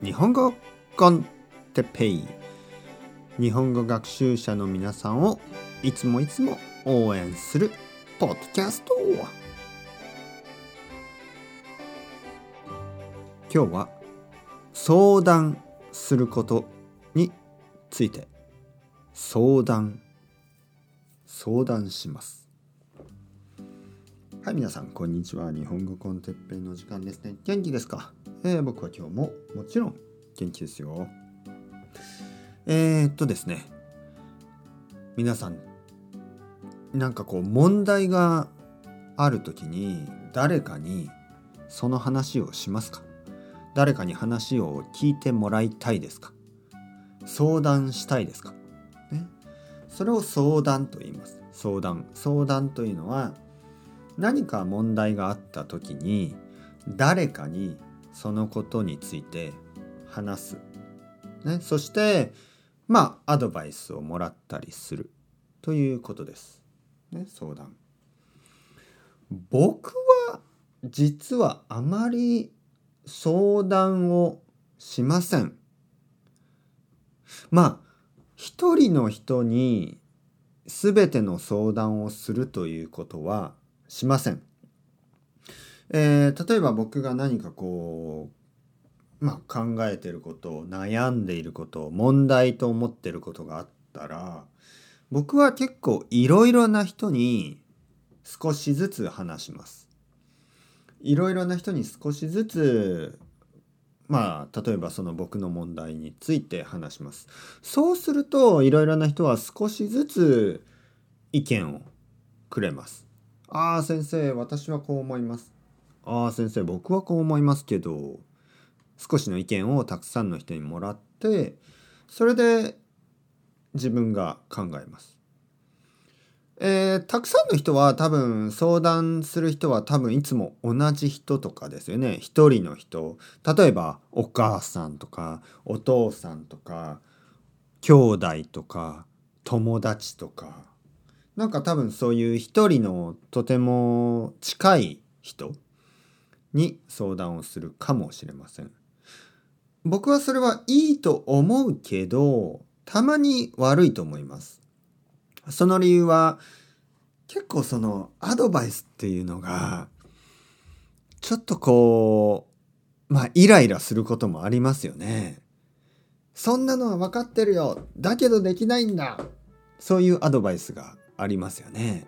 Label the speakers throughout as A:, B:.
A: 日本語コンテッペイ、日本語学習者の皆さんをいつも応援するポッドキャスト。今日は相談することについて相談します。はい、皆さんこんにちは。日本語コンテッペイの時間ですね。元気ですか？僕は今日ももちろん元気ですよ。ですね、皆さんなんか問題があるときに誰かにその話をしますか？誰かに話を聞いてもらいたいですか？相談したいですか？ね、それを相談と言います。相談というのは、何か問題があったときに誰かにそのことについて話す、そしてアドバイスをもらったりするということです、相談。僕は実はあまり相談をしません。一人の人に全ての相談をするということはしません。例えば僕が何か考えていること、悩んでいること、問題と思っていることがあったら、僕は結構いろいろな人に少しずつ話します。いろいろな人に少しずつ、例えばその僕の問題について話します。そうするといろいろな人は少しずつ意見をくれます。ああ先生、私はこう思います。ああ先生、僕はこう思いますけど、少しの意見をたくさんの人にもらって、それで自分が考えます。たくさんの人は多分、相談する人は多分いつも同じ人とかですよね。一人の人。例えばお母さんとかお父さんとか兄弟とか友達とか、なんか多分そういう一人のとても近い人に相談をするかもしれません。僕はそれはいいと思うけど、たまに悪いと思います。その理由は、結構そのアドバイスっていうのがちょっとイライラすることもありますよね。そんなのは分かってるよ、だけどできないんだ、そういうアドバイスがありますよね。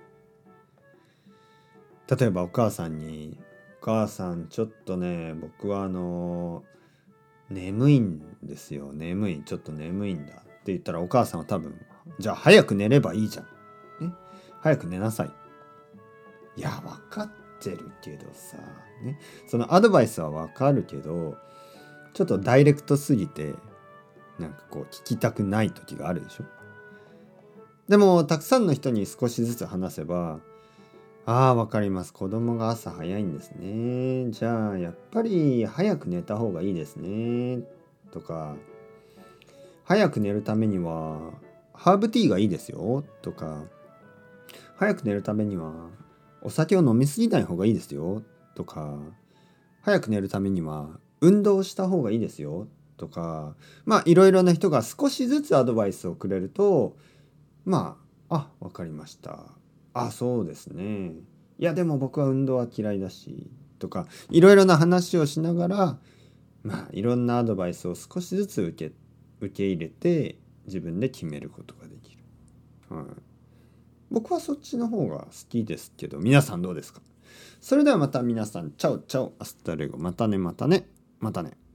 A: 例えばお母さんに、お母さんちょっとね、僕は眠いんですよ、ちょっと眠いんだって言ったら、お母さんは多分、じゃあ早く寝ればいいじゃん、早く寝なさい。いや、分かってるけどさ、そのアドバイスは分かるけど、ちょっとダイレクトすぎて聞きたくない時があるでしょ。でもたくさんの人に少しずつ話せば、ああ分かります、子供が朝早いんですね、じゃあやっぱり早く寝た方がいいですねとか、早く寝るためにはハーブティーがいいですよとか、早く寝るためにはお酒を飲みすぎない方がいいですよとか、早く寝るためには運動した方がいいですよとか、いろいろな人が少しずつアドバイスをくれると、わかりました、そうですね、いやでも僕は運動は嫌いだしとか、いろいろな話をしながら、いろんなアドバイスを少しずつ受け入れて自分で決めることができる、僕はそっちの方が好きですけど、皆さんどうですか？それではまた皆さん、チャオチャオ、アスタレゴ、またね。